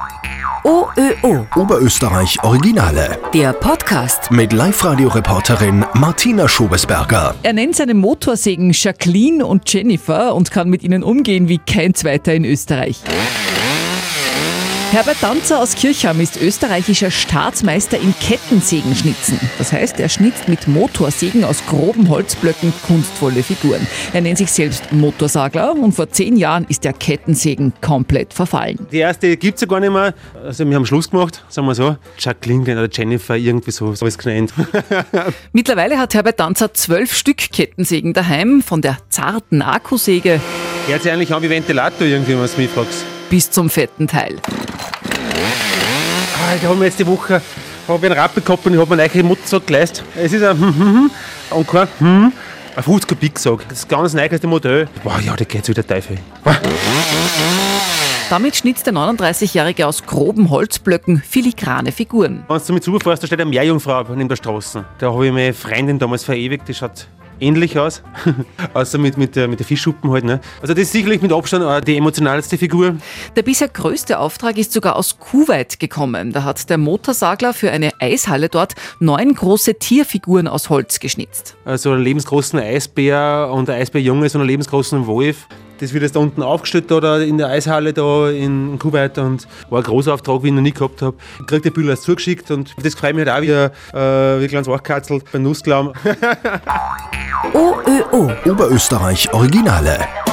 OÖO Oberösterreich Originale. Der Podcast. Mit Live-Radio-Reporterin Martina Schobesberger. Er nennt seine Motorsägen Jacqueline und Jennifer und kann mit ihnen umgehen wie kein zweiter in Österreich. Herbert Danzer aus Kirchheim ist österreichischer Staatsmeister im Kettensägenschnitzen. Das heißt, er schnitzt mit Motorsägen aus groben Holzblöcken kunstvolle Figuren. Er nennt sich selbst Motorsagler und vor 10 Jahren ist der Kettensägen komplett verfallen. Die erste gibt es ja gar nicht mehr. Also wir haben Schluss gemacht, sagen wir so. Jacqueline oder Jennifer, irgendwie so ist es genannt. Mittlerweile hat Herbert Danzer 12 Stück Kettensägen daheim, von der zarten Akkusäge Hört sich eigentlich an wie Ventilator irgendwie, wenn du mich fragst. bis zum fetten Teil. Da haben wir jetzt die Woche einen Rappel gehabt und ich habe mir einen neuen Motorsack geleistet. Es ist ein und kein ein 50 Kubik Sack. Das ist ganz neueste Modell. Wow, ja, da geht's wieder Teufel. Damit schnitzt der 39-Jährige aus groben Holzblöcken filigrane Figuren. Wenn du mit rüberfährst, da steht eine Meerjungfrau neben der Straße. Da habe ich meine Freundin damals verewigt, die schaut ähnlich aus. Außer mit der Fischschuppen halt. Ne? Also das ist sicherlich mit Abstand auch die emotionalste Figur. Der bisher größte Auftrag ist sogar aus Kuwait gekommen. Da hat der Motorsagler für eine Eishalle dort 9 große Tierfiguren aus Holz geschnitzt. Also einen lebensgroßen Eisbär und ein Eisbärjunge, so einen lebensgroßen Wolf. Das wird jetzt da unten aufgestellt oder in der Eishalle da in Kuwait und war ein großer Auftrag, wie ich noch nie gehabt habe. Ich kriege die Bilder zugeschickt und das freut mich halt auch wieder, wie ein kleines Wachkatzelt beim Nussklauen. OÖO Oberösterreich Originale.